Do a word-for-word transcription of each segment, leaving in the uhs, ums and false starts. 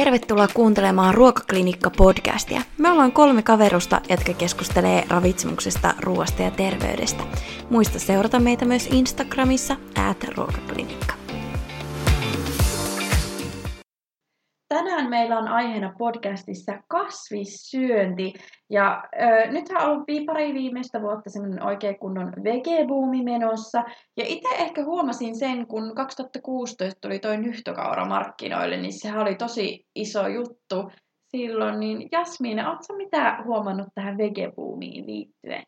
Tervetuloa kuuntelemaan Ruokaklinikka-podcastia. Me ollaan kolme kaverusta, jotka keskustelee ravitsemuksesta, ruoasta ja terveydestä. Muista seurata meitä myös Instagramissa ät ruokaklinikka. Tänään meillä on aiheena podcastissa kasvissyönti. Ja ö, nythän on ollut vii, pari viimeistä vuotta semmoinen oikein kunnon vegebuumi menossa. Ja itse ehkä huomasin sen, kun kaksituhattakuusitoista tuli toi nyhtökaura markkinoille, niin sehän oli tosi iso juttu silloin. Niin Jasmiina, ootko mitä huomannut tähän vegebuumiin liittyen?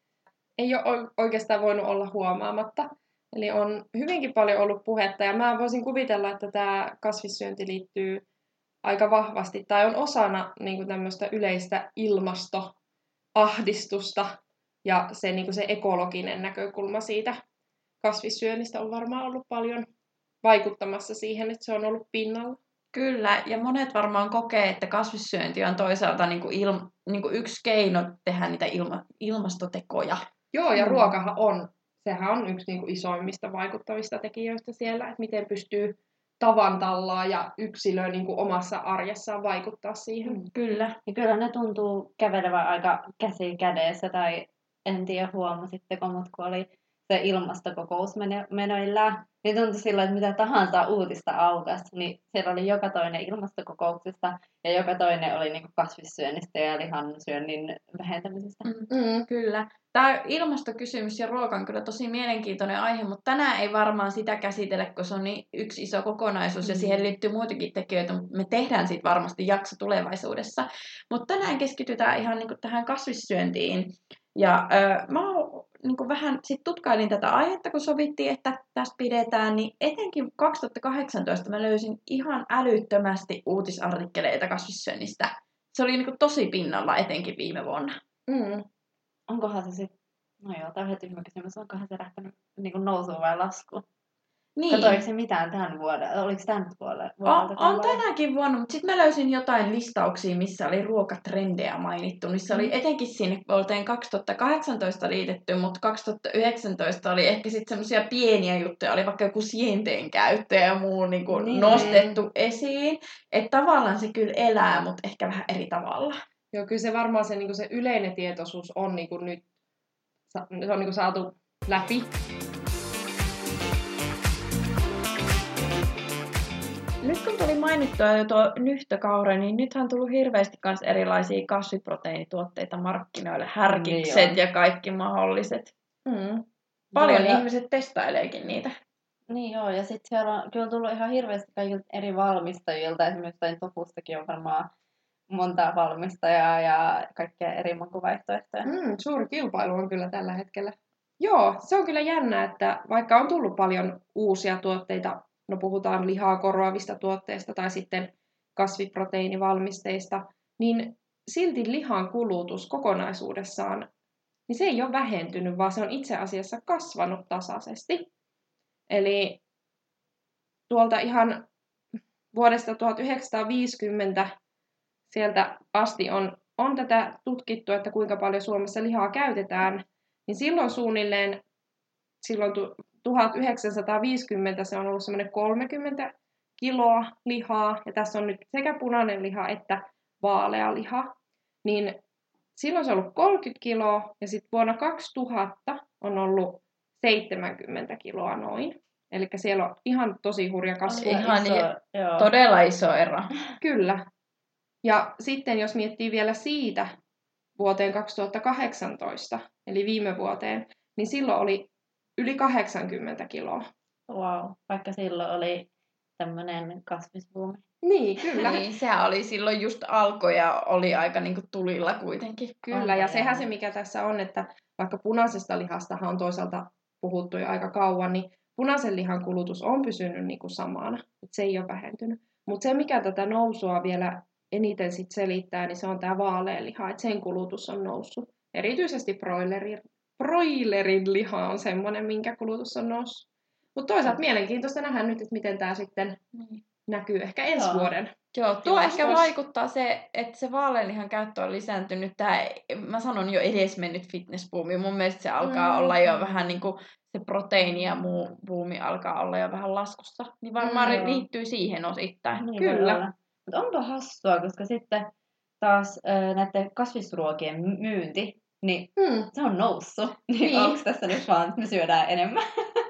Ei ole oikeastaan voinut olla huomaamatta. Eli on hyvinkin paljon ollut puhetta ja mä voisin kuvitella, että tämä kasvissyönti liittyy aika vahvasti tai on osana niin kuin tämmöistä yleistä ilmastoahdistusta ja se, niin kuin se ekologinen näkökulma siitä kasvissyönnistä on varmaan ollut paljon vaikuttamassa siihen, että se on ollut pinnalla. Kyllä, ja monet varmaan kokee, että kasvissyönti on toisaalta niin kuin ilma, niin kuin yksi keino tehdä niitä ilma, ilmastotekoja. Joo, ja mm. ruokahan on, sehän on yksi niin kuin isoimmista vaikuttavista tekijöistä siellä, että miten pystyy tavan tallaa ja yksilö niin kuin omassa arjessaan vaikuttaa siihen. Mm, kyllä. Ja kyllä ne tuntuu kävelevän aika käsi kädessä, tai en tiedä huomasitteko, mutta kun oli se ilmastokokous meneillään, niin tuntui silloin, että mitä tahansa uutista aukasi, niin siellä oli joka toinen ilmastokokouksesta ja joka toinen oli niin kuin kasvissyönnistä ja lihansyönnin vähentämisestä. Mm, mm, kyllä. Tämä ilmastokysymys ja ruoka on kyllä tosi mielenkiintoinen aihe, mutta tänään ei varmaan sitä käsitellä, koska se on niin yksi iso kokonaisuus mm. ja siihen liittyy muitakin tekijöitä. Me tehdään siitä varmasti jakso tulevaisuudessa, mutta tänään keskitytään ihan niin kuin tähän kasvissyöntiin. Ja äh, mä oon niin kuin vähän sit tutkailin tätä aihetta, kun sovittiin, että tässä pidetään, niin etenkin kaksituhattakahdeksantoista mä löysin ihan älyttömästi uutisartikkeleita kasvissyönnistä. Se oli niin kuin tosi pinnalla etenkin viime vuonna. Mm. Onkohan se sitten, no joo, tämä on heti hyvä kysymys, onkohan se lähtenyt niin kuin nousuun vai laskuun? Niin. Katoiko se mitään tämän vuoden? Oliko tämä nyt vuodelta? On, on tänäkin vuonna, mutta sitten mä löysin jotain listauksia, missä oli ruokatrendejä mainittu. Niissä oli etenkin sinne vuoteen kaksituhattakahdeksantoista liitetty, mutta kaksituhattayhdeksäntoista oli ehkä sitten semmoisia pieniä juttuja. Oli vaikka joku sienteen käyttö ja muu niin kuin niin, nostettu niin. esiin. Että tavallaan se kyllä elää, mutta ehkä vähän eri tavalla. Joo, kyllä se varmaan se, niin kuin se yleinen tietoisuus on niin kuin nyt se on niin kuin saatu läpi. Nyt kun tuli mainittua jo tuo nyhtökaura, niin nythän on tullut hirveästi myös erilaisia kasviproteiinituotteita markkinoille. Härkikset niin ja kaikki mahdolliset. Mm. Paljon joo, ihmiset testaileekin niitä. Niin joo, ja sitten siellä on kyllä tullut ihan hirveästi kaikilta eri valmistajilta. Esimerkiksi tofustakin on varmaan montaa valmistajaa ja kaikkia eri makuvaihtoehtoja. Mm, suuri kilpailu on kyllä tällä hetkellä. Joo, se on kyllä jännä, että vaikka on tullut paljon uusia tuotteita, no puhutaan lihaa korvaavista tuotteista tai sitten kasviproteiinivalmisteista, niin silti lihan kulutus kokonaisuudessaan, niin se ei ole vähentynyt, vaan se on itse asiassa kasvanut tasaisesti. Eli tuolta ihan vuodesta tuhatyhdeksänsataaviisikymmentä sieltä asti on, on tätä tutkittu, että kuinka paljon Suomessa lihaa käytetään, niin silloin suunnilleen, silloin tuhatyhdeksänsataaviisikymmentä se on ollut semmoinen kolmekymmentä kiloa lihaa, ja tässä on nyt sekä punainen liha että vaalea liha, niin silloin se on ollut kolmekymmentä kiloa, ja sitten vuonna kaksituhatta on ollut seitsemänkymmentä kiloa noin. Eli siellä on ihan tosi hurja kasvu. Ihan iso, joo. Todella iso ero. Kyllä. Ja sitten jos miettii vielä siitä vuoteen kaksituhattakahdeksantoista, eli viime vuoteen, niin silloin oli yli kahdeksankymmentä kiloa. Wow, vaikka silloin oli tämmöinen kasvisbuumi. Niin, kyllä. Niin, sehän oli silloin just alkoi ja oli aika niin kuin tulilla kuitenkin. Kyllä, ja sehän se mikä tässä on, että vaikka punaisesta lihastahan on toisaalta puhuttu jo aika kauan, niin punaisen lihan kulutus on pysynyt niin kuin samana, että se ei ole vähentynyt. Mutta se mikä tätä nousua vielä eniten sit selittää, niin se on tämä vaalea liha, että sen kulutus on noussut. Erityisesti broilerin, broilerin liha on semmoinen, minkä kulutus on noussut. Mutta toisaalta mm. mielenkiintoista nähdä nyt, että miten tämä sitten mm. näkyy ehkä ensi Joo. vuoden. Joo, tuo Joo, ehkä vaikuttaa se, että se vaaleanlihan käyttö on lisääntynyt. Tämä, mä sanon jo edesmennyt fitnessbuumi. Mun mielestä se alkaa mm. olla jo vähän niin kuin se proteiini ja muu buumi alkaa olla jo vähän laskussa. Niin varmaan mm. liittyy siihen osittain. Niin, Kyllä. Mutta onpa hassua, koska sitten taas äh, näiden kasvisruokien myynti, niin Hmm. se on noussut. Niin, Niin. onko tässä nyt vaan, että me syödään enemmän?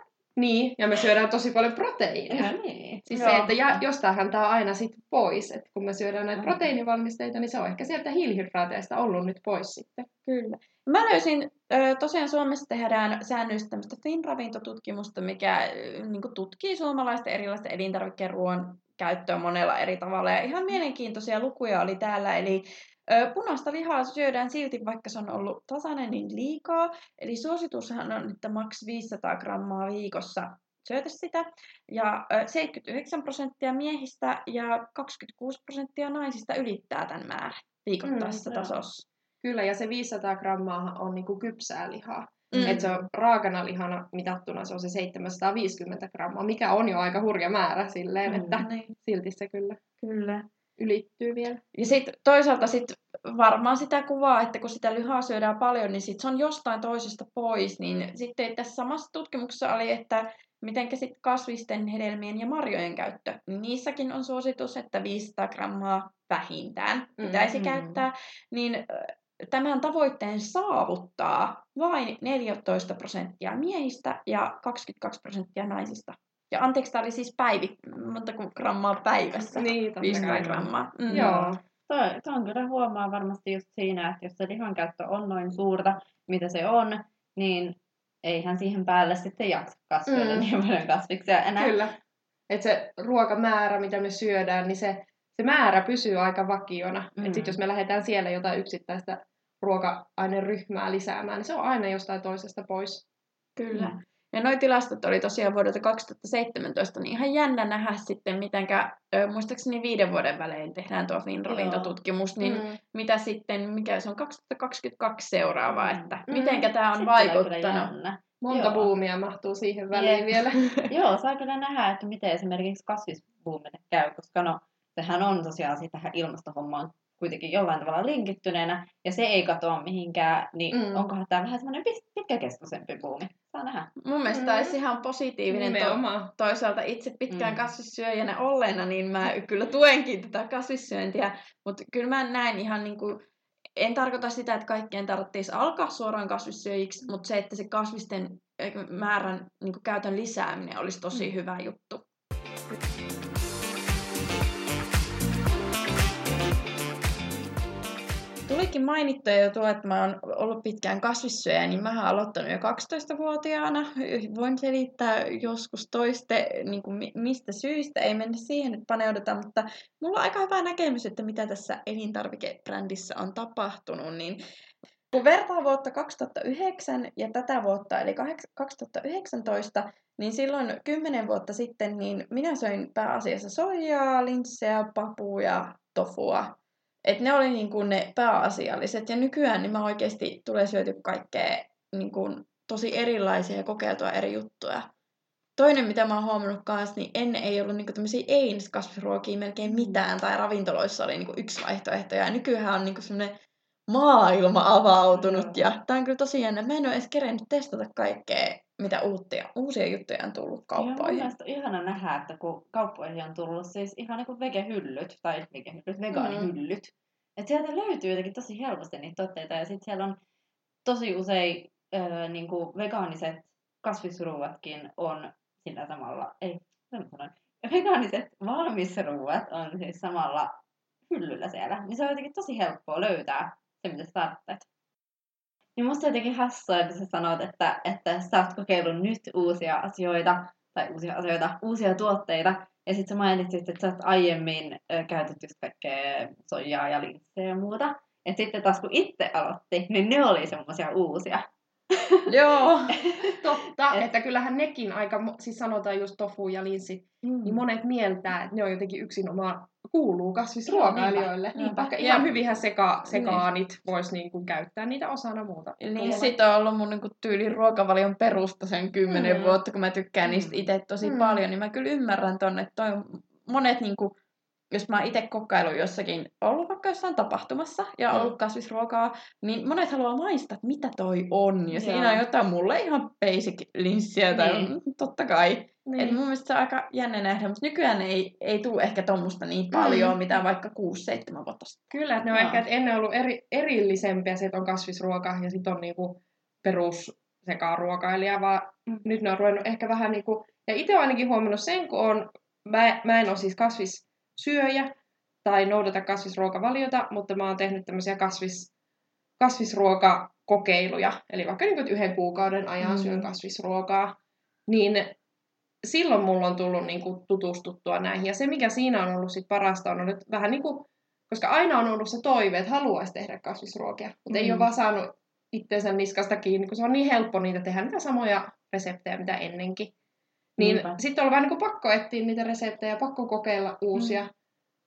Niin, ja me syödään tosi paljon proteiinia. No niin. Siis Joo. se, että ja, jostainhan tämä aina sit pois, että kun me syödään näitä Mm. proteiinivalmisteita, niin se on ehkä sieltä hiilihydraateista ollut nyt pois sitten. Kyllä. Mä löysin, ö, tosiaan Suomessa tehdään säännöllistä tämmöistä FIN-ravintotutkimusta, mikä niin tutkii suomalaisten erilaisten elintarvikkeen ruoan käyttöä monella eri tavalla. Ja ihan mielenkiintoisia lukuja oli täällä. Eli ö, punaista lihaa syödään silti, vaikka se on ollut tasainen, niin liikaa. Eli suositushan on, että maks viisisataa grammaa viikossa syötä sitä. Ja ö, seitsemänkymmentäyhdeksän prosenttia miehistä ja kaksikymmentäkuusi prosenttia naisista ylittää tämän määrän viikoittaisessa Mm, mm, joo. tasossa. Kyllä, ja se viisisataa grammaa on niinku kypsää lihaa. Mm. Että se on raakana lihana mitattuna, se on se seitsemänsataaviisikymmentä grammaa, mikä on jo aika hurja määrä silleen, Mm. että Niin, silti se kyllä kyllä. ylittyy vielä. Ja sitten toisaalta sit varmaan sitä kuvaa, että kun sitä lihaa syödään paljon, niin sit se on jostain toisesta pois. Niin sitten tässä samassa tutkimuksessa oli, että mitenkä sit kasvisten, hedelmien ja marjojen käyttö. Niin niissäkin on suositus, että viisisataa grammaa vähintään pitäisi Mm. käyttää. Niin ö, tämän tavoitteen saavuttaa vain neljätoista prosenttia miehistä ja kaksikymmentäkaksi prosenttia naisista. Ja anteeksi, tämä oli siis päivi, montako grammaa päivässä? Niin, totta viisisataa kai. grammaa. Mm. Joo. Toi, toi on kyllä huomaa varmasti just siinä, että jos se lihan käyttö on noin suurta, mitä se on, niin eihän siihen päälle sitten jaksakaan syödä Mm. niin paljon kasviksia enää. Kyllä. Että se ruokamäärä, mitä me syödään, niin se, se määrä pysyy aika vakiona. Mm. Että sitten jos me lähdetään siellä jotain yksittäistä ruoka-aineryhmää lisäämään, niin se on aina jostain toisesta pois. Kyllä. Mm. Ja nuo tilastot oli tosiaan vuodelta kaksituhattaseitsemäntoista, niin ihan jännä nähdä sitten, mitenkä, ö, muistaakseni viiden vuoden välein tehdään tuo FIN-ravintotutkimus, niin Mm. mitä sitten, mikä se on kaksituhattakaksikymmentäkaksi seuraava, Mm. että Mm. mitenkä tämä on Sitten tulee kyllä vaikuttanut. jännä. Monta Joo. buumia mahtuu siihen väliin Jep. vielä. Joo, saa kyllä nähdä, että miten esimerkiksi kasvisbuumille käy, koska no, sehän on tosiaan sit tähän ilmastohommaan kuitenkin jollain tavalla linkittyneenä, ja se ei katoa mihinkään, niin Mm. mm. onkohan tämä vähän semmoinen pitkäkestoisempi buumi? Saa nähdä. Mun mielestä Mm. tämä olisi ihan positiivinen. To- Nimenomaan. toisaalta itse pitkään Mm. kasvissyöjänä olleena, niin mä kyllä tuenkin tätä kasvissyöntiä, mutta kyllä mä näen ihan niin kuin, en tarkoita sitä, että kaikkien tarvitsisi alkaa suoraan kasvissyöjiksi, mutta se, että se kasvisten määrän niin kuin käytön lisääminen olisi tosi hyvä juttu. Tulikin mainittua jo tuo, että mä oon ollut pitkään kasvissyöjä, niin mä oon aloittanut jo kaksitoistavuotiaana. Voin selittää joskus toiste, niin kuin mistä syistä, ei mennä siihen, että paneudutaan, mutta mulla on aika hyvä näkemys, että mitä tässä elintarvikebrändissä on tapahtunut. Niin kun vertaa vuotta kaksituhattayhdeksän ja tätä vuotta, eli kaksituhattayhdeksäntoista, niin silloin kymmenen vuotta sitten niin minä söin pääasiassa soijaa, linssejä, papuja, tofua. Et ne oli niin kuin ne pääasialliset. Ja nykyään niin mä oikeasti tulee syöty kaikkea niin kuin tosi erilaisia ja kokeiltua eri juttuja. Toinen, mitä mä oon huomannut kanssa, niin ennen ei ollut niinku tämmöisiä ei-kasvisruokia melkein mitään. Tai ravintoloissa oli niinku yksi vaihtoehto. Ja nykyään on niinku semmoinen maailma avautunut. Joo. Ja tää on kyllä tosi jännä. Mä en ole edes kerennyt testata kaikkea, mitä uutta ja, uusia juttuja on tullut Joo, mun kauppoihin. mielestä on ihana nähdä, että kun kauppoihin on tullut siis ihan niin kuin vegehyllyt, tai vegehyllyt, vegaanihyllyt. Että sieltä löytyy jotenkin tosi helposti niitä tuotteita, ja sitten siellä on tosi usein öö, niin kuin vegaaniset kasvisruuatkin on sillä samalla, ei, mitä mä sanoin, vegaaniset valmisruuat on siis samalla hyllyllä siellä. Niin se on jotenkin tosi helppoa löytää se, mitä sä tarvitset. Niin musta jotenkin hassua, että sä sanot, että, että sä oot kokeillut nyt uusia asioita, tai uusia asioita, uusia tuotteita, ja sitten sä mainitsit, että sä oot aiemmin ö, käytet just kaikkea soijaa ja linssejä ja muuta. Et sitten taas kun itse aloitti, niin ne oli semmoisia uusia. Joo. Totta, Et- että kyllähän nekin aika, mo- siis sanotaan just tofu ja linssi, Mm. niin monet mieltää, että ne on jotenkin yksinomaan kuuluu kasvisruokailijoille. Niinpä, niinpä. Vaikka ihan Ja- hyvinhän seka, sekaanit vois niinku käyttää niitä osana muuta. Niin, sit on ollut mun niinku tyylin ruokavalion perusta sen kymmenen Mm. vuotta, kun mä tykkään Mm. niistä itse tosi Mm. paljon, niin mä kyllä ymmärrän ton, että toi on monet niinku jos mä oon itse kokkailu jossakin, ollut vaikka jossain tapahtumassa ja ollut kasvisruokaa, niin monet haluaa maistaa, että mitä toi on. Ja Joo. siinä on jotain mulle ihan basic linssiä, tai niin. totta kai. Niin. Et mun mielestä se on aika jännä nähdä, mutta nykyään ei, ei tule ehkä tommoista niin paljon, mm. mitä vaikka kuusi seitsemän vuotta sitten. Kyllä, että ne on Joo. ehkä, että ennen on ollut eri, erillisempiä, se, että on kasvisruoka ja sitten on niinku perus sekaruokailija, vaan mm. nyt ne on ruvennut ehkä vähän niinku, ja itse olen ainakin huomannut sen, kun on, mä, mä en ole siis kasvissyöjä tai noudata kasvisruokavaliota, mutta mä oon tehnyt tämmöisiä kasvis, kasvisruokakokeiluja, eli vaikka niinku, yhden kuukauden ajan mm. syön kasvisruokaa, niin silloin mulla on tullut niinku tutustuttua näihin. Ja se, mikä siinä on ollut sit parasta, on ollut vähän niin kuin, koska aina on ollut se toive, että haluaisi tehdä kasvisruokia, mutta mm. ei ole vaan saanut itseensä niskasta kiinni, kun se on niin helppo niitä tehdä, niitä samoja reseptejä, mitä ennenkin. Niin Niinpä. Sitten on vähän niin kuin pakko etsiä niitä reseptejä, pakko kokeilla uusia, mm.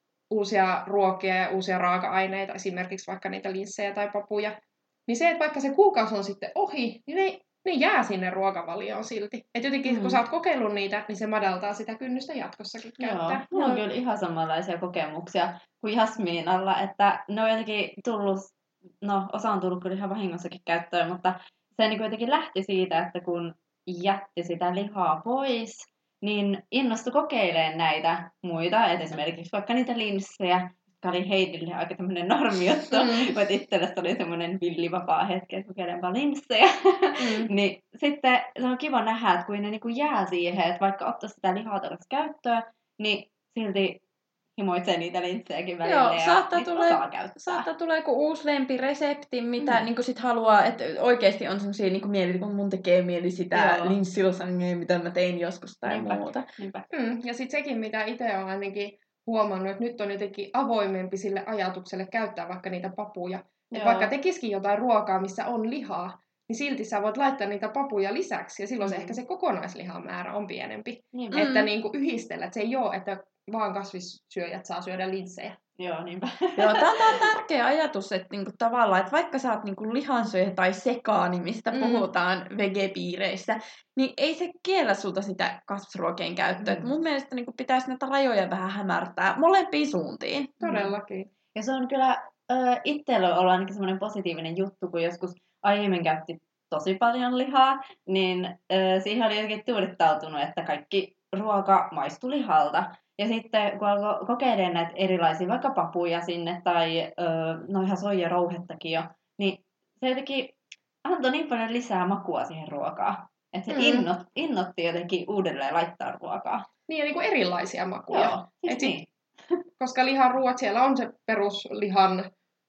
uusia ruokia ja uusia raaka-aineita, esimerkiksi vaikka niitä linssejä tai papuja. Niin se, että vaikka se kuukausi on sitten ohi, niin ne ne jää sinne ruokavalioon silti. Että jotenkin, mm. kun sä oot kokeillut niitä, niin se madaltaa sitä kynnystä jatkossakin käyttää. Joo, mulla on kyllä ihan samanlaisia kokemuksia kuin Jasmiinalla, että ne on jotenkin tullut, no osa on tullut kyllä ihan vahingossakin käyttöön, mutta se niin jotenkin lähti siitä, että kun jätti sitä lihaa pois, niin innostui kokeilemaan näitä muita, että esimerkiksi vaikka niitä linssejä, jotka oli Heidille aika tämmöinen normijuttu, mm. mutta itsellesi oli semmoinen villivapaa hetki, että kokeilenpa linssejä. Mm. Niin sitten se on kiva nähdä, että kun ne niinku jää siihen, että vaikka ottaisi sitä lihaa takaisin käyttöön, niin silti himoitsee niitä linssejäkin välillä. Joo, ja saattaa tulee, saattaa tulee joku uusi lempiresepti, mitä mm. niinku sit haluaa, että oikeasti on semmosia niinku mieli, kun mun tekee mieli sitä linssilasangea, mitä mä tein joskus tai Niinpä. muuta. Niinpä. Mm. Ja sit sekin, mitä itse on ainakin huomannut, että nyt on jotenkin avoimempi sille ajatukselle käyttää vaikka niitä papuja. Että vaikka tekisikin jotain ruokaa, missä on lihaa, niin silti sä voit laittaa niitä papuja lisäksi, ja silloin mm. se ehkä se kokonaislihan määrä on pienempi. Mm. Että niin kuin yhdistellä, että se ei ole, että vaan kasvissyöjät saa syödä linssejä. Joo, niinpä. Joo, tämä on tärkeä ajatus, että niinku tavallaan, että vaikka sä oot niinku lihansyöjä tai sekaani, mistä mm. puhutaan vegepiireissä, niin ei se kiellä sulta sitä kasvisruokien käyttöä. Mm. Mun mielestä niinku pitäisi näitä rajoja vähän hämärtää molempiin suuntiin. Todellakin. Ja se on kyllä äh, itsellä ollut ainakin semmoinen positiivinen juttu, kun joskus aiemmin käytti tosi paljon lihaa, niin äh, siihen oli jotenkin tuudittautunut, että kaikki ruoka maistui lihalta. Ja sitten kun alkoi kokeilemaan näitä erilaisia, vaikka papuja sinne tai öö, no ihan soijarouhettakin jo, niin se jotenkin antoi niin paljon lisää makua siihen ruokaan. Että se mm. innot, innotti jotenkin uudelleen laittaa ruokaa. Niin, ja niin kuin erilaisia makuja. Joo, siis niin. Koska lihan ruoat, siellä on se peruslihan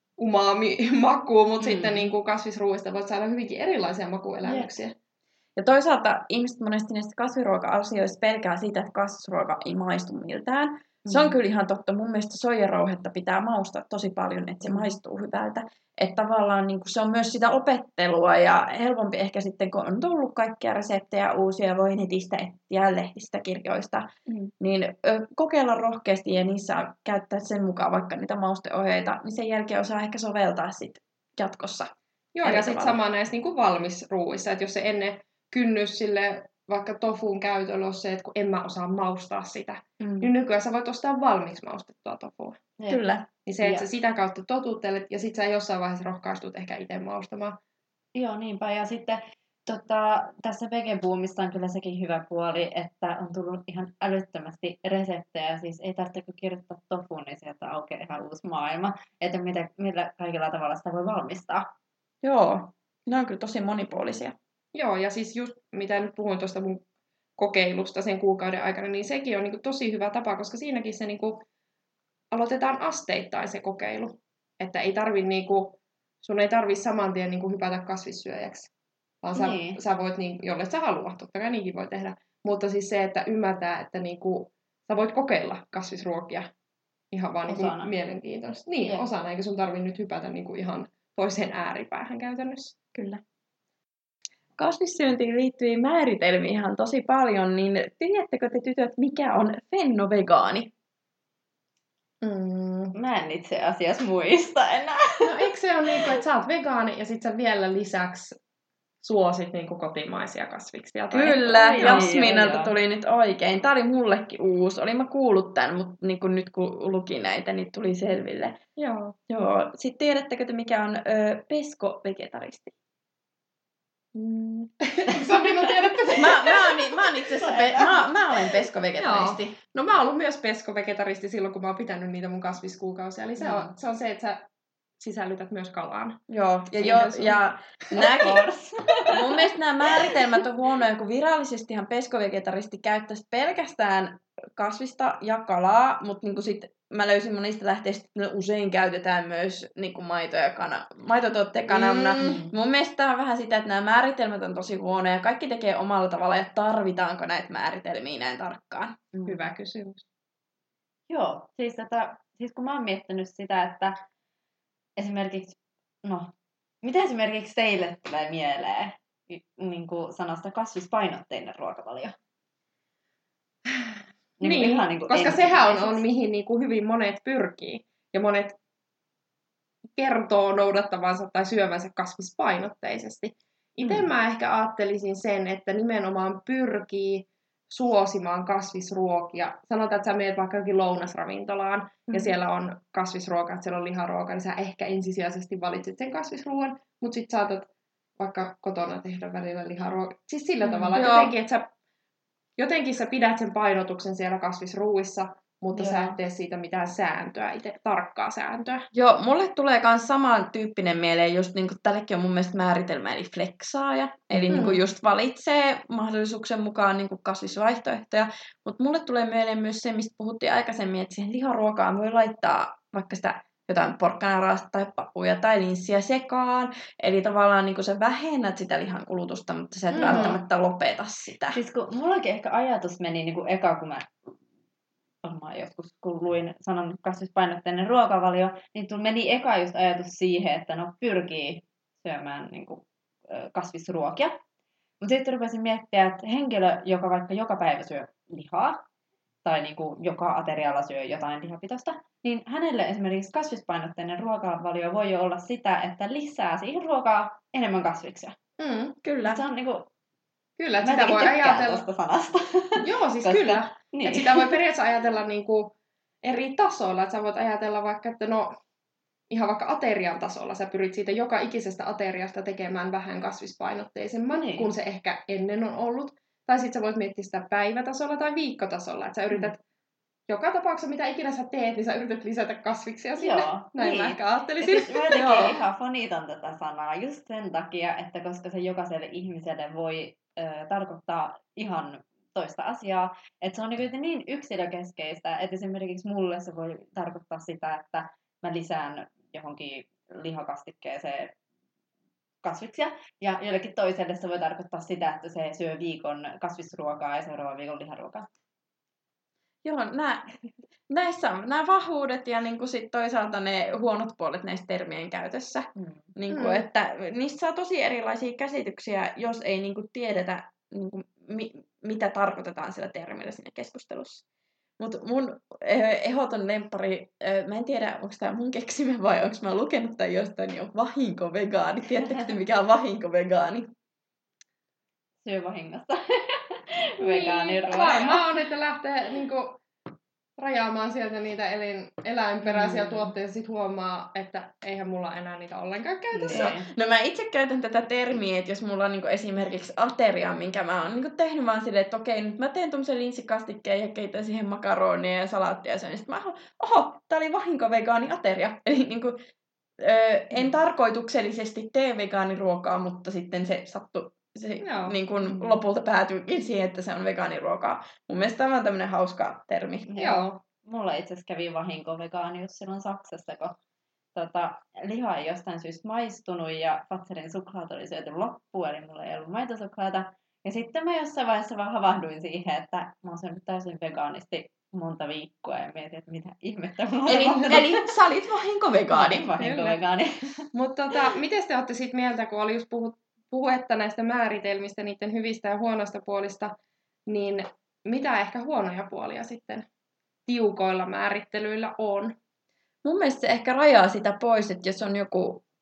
umami-maku, mutta mm. sitten niin kuin kasvisruuista voit saada hyvinkin erilaisia makuelämyksiä. Yep. Ja toisaalta ihmiset monesti näistä kasviruoka-asioista pelkää siitä, että kasvisruoka ei maistu miltään. Se on mm. kyllä ihan totta. Mun mielestä soijarouhetta pitää maustaa tosi paljon, että se mm. maistuu hyvältä. Että tavallaan niin se on myös sitä opettelua ja helpompi ehkä sitten, kun on tullut kaikkia reseptejä uusia, voi netistä etsiä lehdistä, kirjoista, mm. niin ö, kokeilla rohkeasti ja niissä käyttää sen mukaan vaikka niitä mausteohjeita, niin sen jälkeen osaa ehkä soveltaa sitten jatkossa. Joo, ja sitten sama näissä niin kuin valmisruuissa, että jos se ennen kynnys sille vaikka tofun käytöllä on se, että kun en mä osaa maustaa sitä, mm. niin nykyään sä voit ostaa valmiiksi maustettua tofua. Ja. Kyllä. Niin se, että sä sitä kautta totuttelet ja sit sä jossain vaiheessa rohkaistut ehkä itse maustamaan. Joo, niinpä. Ja sitten tota, tässä vegebuumissa on kyllä sekin hyvä puoli, että on tullut ihan älyttömästi reseptejä. Siis ei tarvitse kun kirjoittaa tofuun, niin sieltä aukeaa ihan uusi maailma. Että mitä, millä kaikilla tavalla sitä voi valmistaa. Joo, ne on kyllä tosi monipuolisia. Joo, ja siis just mitä nyt puhuin tuosta mun kokeilusta sen kuukauden aikana, niin sekin on niin kuin tosi hyvä tapa, koska siinäkin se niin kuin aloitetaan asteittain se kokeilu. Että ei tarvi niin kuin, sun ei tarvi saman tien niin kuin hypätä kasvissyöjäksi, vaan sä, niin. sä voit, niin, jolle sä haluat, totta kai niinkin voi tehdä. Mutta siis se, että ymmärtää, että niin kuin, sä voit kokeilla kasvisruokia ihan vaan niin kuin mielenkiintoista. Niin, yeah. osana, eikä sun tarvi nyt hypätä niin kuin ihan toiseen ääripäähän käytännössä. Kyllä. Kasvissyöntiin liittyviä määritelmiä ihan tosi paljon, niin tiedättekö te tytöt, mikä on fennovegaani? Mm. Mä en itse asiassa muista enää. No eikö se ole niin kuin, että sä oot vegaani ja sit sä vielä lisäksi suosit niin kuin kotimaisia kasviksia. Tai Kyllä, Oi, Jasminalta joo, tuli nyt oikein. Tämä oli mullekin uusi. Olin mä kuullut tämän, mutta niin kun nyt kun lukin näitä, niin tuli selville. Joo. Joo. Sitten tiedättekö te, mikä on ö, pesko-vegetaristi? Mm. Sä minun tiedätte. Mä, mä, oon, mä, oon itse asiassa pe- mä, mä olen pesko-vegetaristi. No mä oon ollut myös pesko-vegetaristi silloin, kun mä oon pitänyt niitä mun kasviskuukausia. Eli se, Mm. on, se on se, että sä sisällytät myös kalaan. Joo, ja, Siihen jo, sun- ja nääkin, mun mielestä nämä määritelmät on huonoja, kun virallisestihan pesko-vegetaristi käyttäisi pelkästään kasvista ja kalaa, mutta niin sit mä löysin monista lähteistä, että ne usein käytetään myös niin kuin maito- ja kana, maitotuotteen kanavana. Mm. Mun mielestä tää on vähän sitä, että nämä määritelmät on tosi huonoja. Kaikki tekee omalla tavalla, ja tarvitaanko näitä määritelmiä näin tarkkaan? Mm. Hyvä kysymys. Joo, siis, tätä, siis kun mä oon miettinyt sitä, että esimerkiksi, no, mitä esimerkiksi teille tulee mieleen niin kuin sanasta kasvispainotteinen ruokavalio? Niin, Niin, ihan niin kuin koska sehän on, ensimmäiseksi. on mihin niin kuin hyvin monet pyrkii. Ja monet kertoo noudattavansa tai syövänsä kasvispainotteisesti. Itse Mm. mä ehkä ajattelisin sen, että nimenomaan pyrkii suosimaan kasvisruokia. Sanotaan, että sä menet vaikka jokin lounasravintolaan Mm. ja siellä on kasvisruoka, että siellä on liharuoka, niin sä ehkä ensisijaisesti valitset sen kasvisruoan, mutta sit saatat vaikka kotona tehdä välillä liharuokaa. Siis sillä Mm, tavalla, että joo. jotenkin, että sä, jotenkin sä pidät sen painotuksen siellä kasvisruuissa, mutta sä Joo. et tee siitä mitään sääntöä, itse tarkkaa sääntöä. Joo, mulle tulee myös samantyyppinen mieleen, just niin kuin tällekin on mun mielestä määritelmä, eli flexaaja. Eli Mm. niin kuin just valitsee mahdollisuuksien mukaan niin kuin kasvisvaihtoehtoja. Mutta mulle tulee mieleen myös se, mistä puhuttiin aikaisemmin, että siihen liharuokaan voi laittaa vaikka sitä jotain porkkanaraasta tai papuja tai linssiä sekaan. Eli tavallaan niin kuin sä vähennät sitä lihan kulutusta, mutta sä et Mm. välttämättä lopeta sitä. Siis kun mullakin ehkä ajatus meni niin kuin eka, kun mä varmaan joskus kun luin sanan kasvispainotteinen ruokavalio, niin tuli meni eka just ajatus siihen, että no pyrkii syömään niin kuin, ö, kasvisruokia. Mutta sitten rupesin miettiä, että henkilö, joka vaikka joka päivä syö lihaa, tai niin kuin joka aterialla syö jotain lihapitoista, niin hänelle esimerkiksi kasvispainotteinen ruokavalio voi jo olla sitä, että lisää siihen ruokaa enemmän kasviksia. Mm. Kyllä. Se on niin kuin, Kyllä, että mä sitä voi tykkään ajatella. tuosta sanasta. Joo, siis Koska- kyllä. Niin. Et sitä voi periaatteessa ajatella niinku eri tasoilla. Että sä voit ajatella vaikka, että no ihan vaikka aterian tasolla sä pyrit siitä joka ikisestä ateriasta tekemään vähän kasvispainotteisemman, Niin. kun se ehkä ennen on ollut. Tai sitten sä voit miettiä sitä päivätasolla tai viikkotasolla. Että sä yrität Mm. joka tapauksessa, mitä ikinä sä teet, niin sä yrität lisätä kasviksia sinne. Joo, Näin niin. mä ehkä Ja ajattelisin. siis mä jotenkin Joo. ihan fanitan tätä sanaa just sen takia, että koska se jokaiselle ihmiselle voi ö, tarkoittaa ihan toista asiaa. Että se on niin, niin yksilökeskeistä, että esimerkiksi mulle se voi tarkoittaa sitä, että mä lisään johonkin lihakastikkeeseen kasviksia. Ja jollekin toiselle se voi tarkoittaa sitä, että se syö viikon kasvisruokaa ja seuraavan viikon liharuokaa. Joo, nää, näissä on nämä vahvuudet ja niin kuin sit toisaalta ne huonot puolet näissä termien käytössä. Mm. Niin kuin, Mm. että niistä saa tosi erilaisia käsityksiä, jos ei niin kuin tiedetä, niin kuin, mi, mitä tarkoitetaan sillä termillä siinä keskustelussa. Mutta mun eh, ehdoton lemppari, eh, mä en tiedä, onko tämä mun keksimä vai onko mä lukenut tämän jostain, niin on vahinkovegaani. Tiedättekö te, mikä on vahinkovegaani? Syö vahingossa. Niin, Vegaaniruokaa. varmaan on, että lähtee niinku rajaamaan sieltä niitä elin, eläinperäisiä Mm. tuotteita, sit huomaa, että eihän mulla enää niitä ollenkaan käytössä. Niin. No mä itse käytän tätä termiä, että jos mulla on niinku esimerkiksi ateria, minkä mä oon niinku tehnyt vaan silleen, että okei, nyt mä teen tommosen linssikastikkeen ja keitän siihen makaronia ja salaattia ja sen, niin sit mä oon, oho, tää oli vahinkovegaani ateria. Eli niinku, ö, en tarkoituksellisesti tee vegaaniruokaa, mutta sitten se sattui, se Joo. niin kun Mm. lopulta päätyykin siihen, että se on vegaaniruokaa. Mun mielestä tämä on tämmönen hauska termi. Joo. Mulla itse asiassa kävi vahinkovegaanius silloin Saksassa, kun tota, liha ei jostain syystä maistunut ja Fatserin suklaat oli syöty loppuun, eli mulla ei ollut maitosuklaata. Ja sitten mä jossain vaiheessa vaan havahduin siihen, että mä oon syönyt täysin vegaanisti monta viikkoa ja mietin, että mitä ihmettä mulla Eli, on. eli sä olit vahinkovegaani. Vahinkovegaani. Mutta tota, miten te olette siitä mieltä, kun oli just puhut, puhetta näistä määritelmistä, niiden hyvistä ja huonoista puolista, niin mitä ehkä huonoja puolia sitten tiukoilla määrittelyillä on? Mun mielestä se ehkä rajaa sitä pois, että jos on joku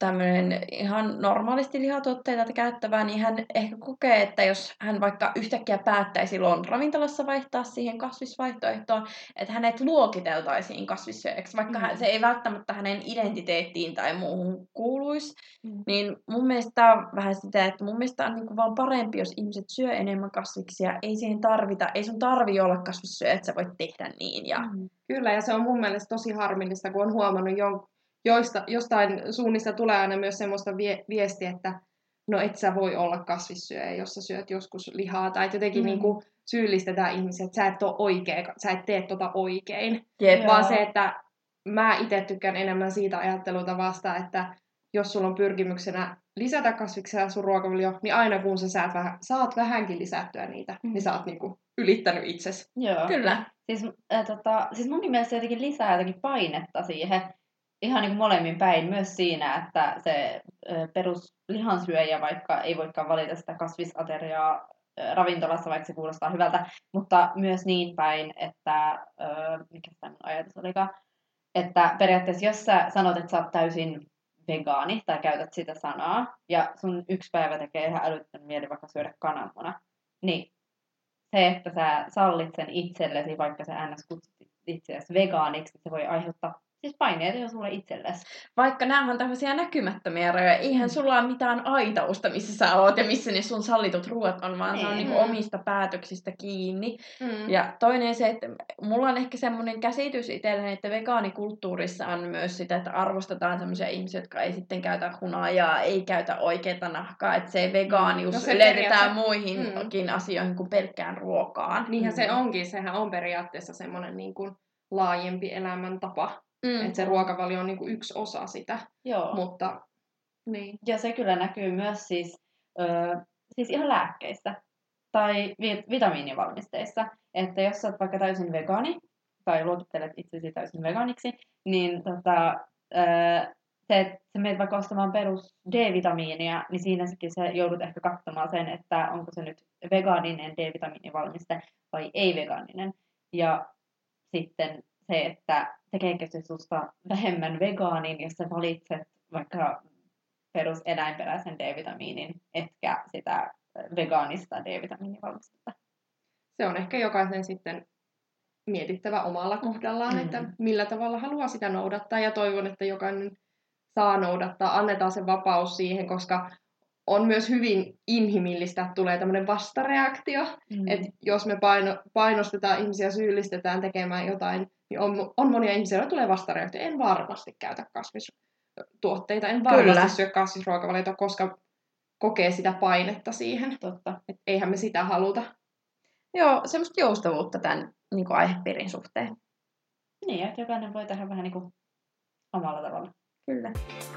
tämmöinen ihan normaalisti lihatuotteita käyttävä, niin hän ehkä kokee, että jos hän vaikka yhtäkkiä päättäisi silloin ravintolassa vaihtaa siihen kasvisvaihtoehtoon, että hänet luokiteltaisiin kasvissyöjäksi, vaikka mm. hän, se ei välttämättä hänen identiteettiin tai muuhun kuuluisi, mm. niin mun mielestä tämä on vähän sitä, että mun mielestä on niinku vaan parempi, jos ihmiset syö enemmän kasviksia, ei siihen tarvita, ei sun tarvi olla kasvissyöjä, että sä voit tehdä niin. Ja... Mm. Kyllä, ja se on mun mielestä tosi harmillista, kun on huomannut jon, joista, jostain suunnista tulee aina myös semmoista vie, viestiä, että no et sä voi olla kasvissyöjä, jos sä syöt joskus lihaa, tai jotenkin mm. niin kuin syyllistetään ihmisiä, että sä et ole oikein, sä et tee tota oikein. Yep. Vaan se, että mä itse tykkään enemmän siitä ajattelutavasta, että jos sulla on pyrkimyksenä lisätä kasviksia sun ruokavalio, niin aina kun sä saat, vähän, saat vähänkin lisättyä niitä, mm. niin sä oot niinku ylittänyt itsesi. Joo. Kyllä. Siis, äh, tota, siis mun mielestä jotenkin lisää jotenkin painetta siihen, ihan niin kuin molemmin päin, myös siinä, että se äh, peruslihansyöjä vaikka ei voikaan valita sitä kasvisateriaa äh, ravintolassa, vaikka se kuulostaa hyvältä, mutta myös niin päin, että, äh, mikä tämä mun ajatus olikaan, että periaatteessa jos sä sanot, että sä oot täysin vegaani, tai käytät sitä sanaa, ja sun yksi päivä tekee ihan älyttömän mieli vaikka syödä kananmuna, niin se, että sä sallit sen itsellesi, vaikka sä ns. Kutsut itseäsi vegaaniksi, se voi aiheuttaa siis paineita jo sulle itsellesi. Vaikka nämä on tämmöisiä näkymättömiä rajoja, eihän mm. sulla ole mitään aitausta, missä sä oot ja missä ne sun sallitut ruoat on, vaan mm. se on niinku omista päätöksistä kiinni. Mm. Ja toinen se, että mulla on ehkä semmoinen käsitys itselleni, että vegaanikulttuurissa on myös sitä, että arvostetaan semmoisia ihmisiä, jotka ei sitten käytä hunajaa, ei käytä oikeaa nahkaa, että se vegaanius no se yleitetään muihinkin mm. asioihin kuin pelkkään ruokaan. Niinhän mm. se onkin, sehän on periaatteessa semmoinen niin kuin laajempi elämäntapa. Mm. Että se ruokavalio on niinku yksi osa sitä. Joo. Mutta, niin. Ja se kyllä näkyy myös siis, ö, siis ihan lääkkeistä tai vi- vitamiinivalmisteissa. Että jos sä oot vaikka täysin vegaani tai luokittelet itsesi täysin vegaaniksi, niin tota, ö, se, että sä menet vaikka ostamaan perus D-vitamiinia, niin siinäkin sä joudut ehkä katsomaan sen, että onko se nyt vegaaninen D-vitamiinivalmiste vai ei-vegaaninen. Ja sitten se, että tekeekö se susta vähemmän vegaanin, jos sä valitset vaikka peruseläinperäisen D-vitamiinin, etkä sitä vegaanista D-vitamiinivalmistetta. Se on ehkä jokaisen sitten mietittävä omalla kohdallaan, mm. että millä tavalla haluaa sitä noudattaa, ja toivon, että jokainen saa noudattaa, annetaan se vapaus siihen, koska on myös hyvin inhimillistä, että tulee tämmöinen vastareaktio, mm. että jos me paino, painostetaan ihmisiä, syyllistetään tekemään jotain, niin on, on monia ihmisiä, joilla tulee vastareaktio. En varmasti käytä kasvistuotteita, en varmasti Kyllä. syö kasvisruokavaliota, koska kokee sitä painetta siihen. Totta. Et eihän me sitä haluta. Joo, semmoista joustavuutta tämän niin kuin aihepiirin suhteen. Niin, että jokainen voi tehdä vähän niin kuin omalla tavalla. Kyllä.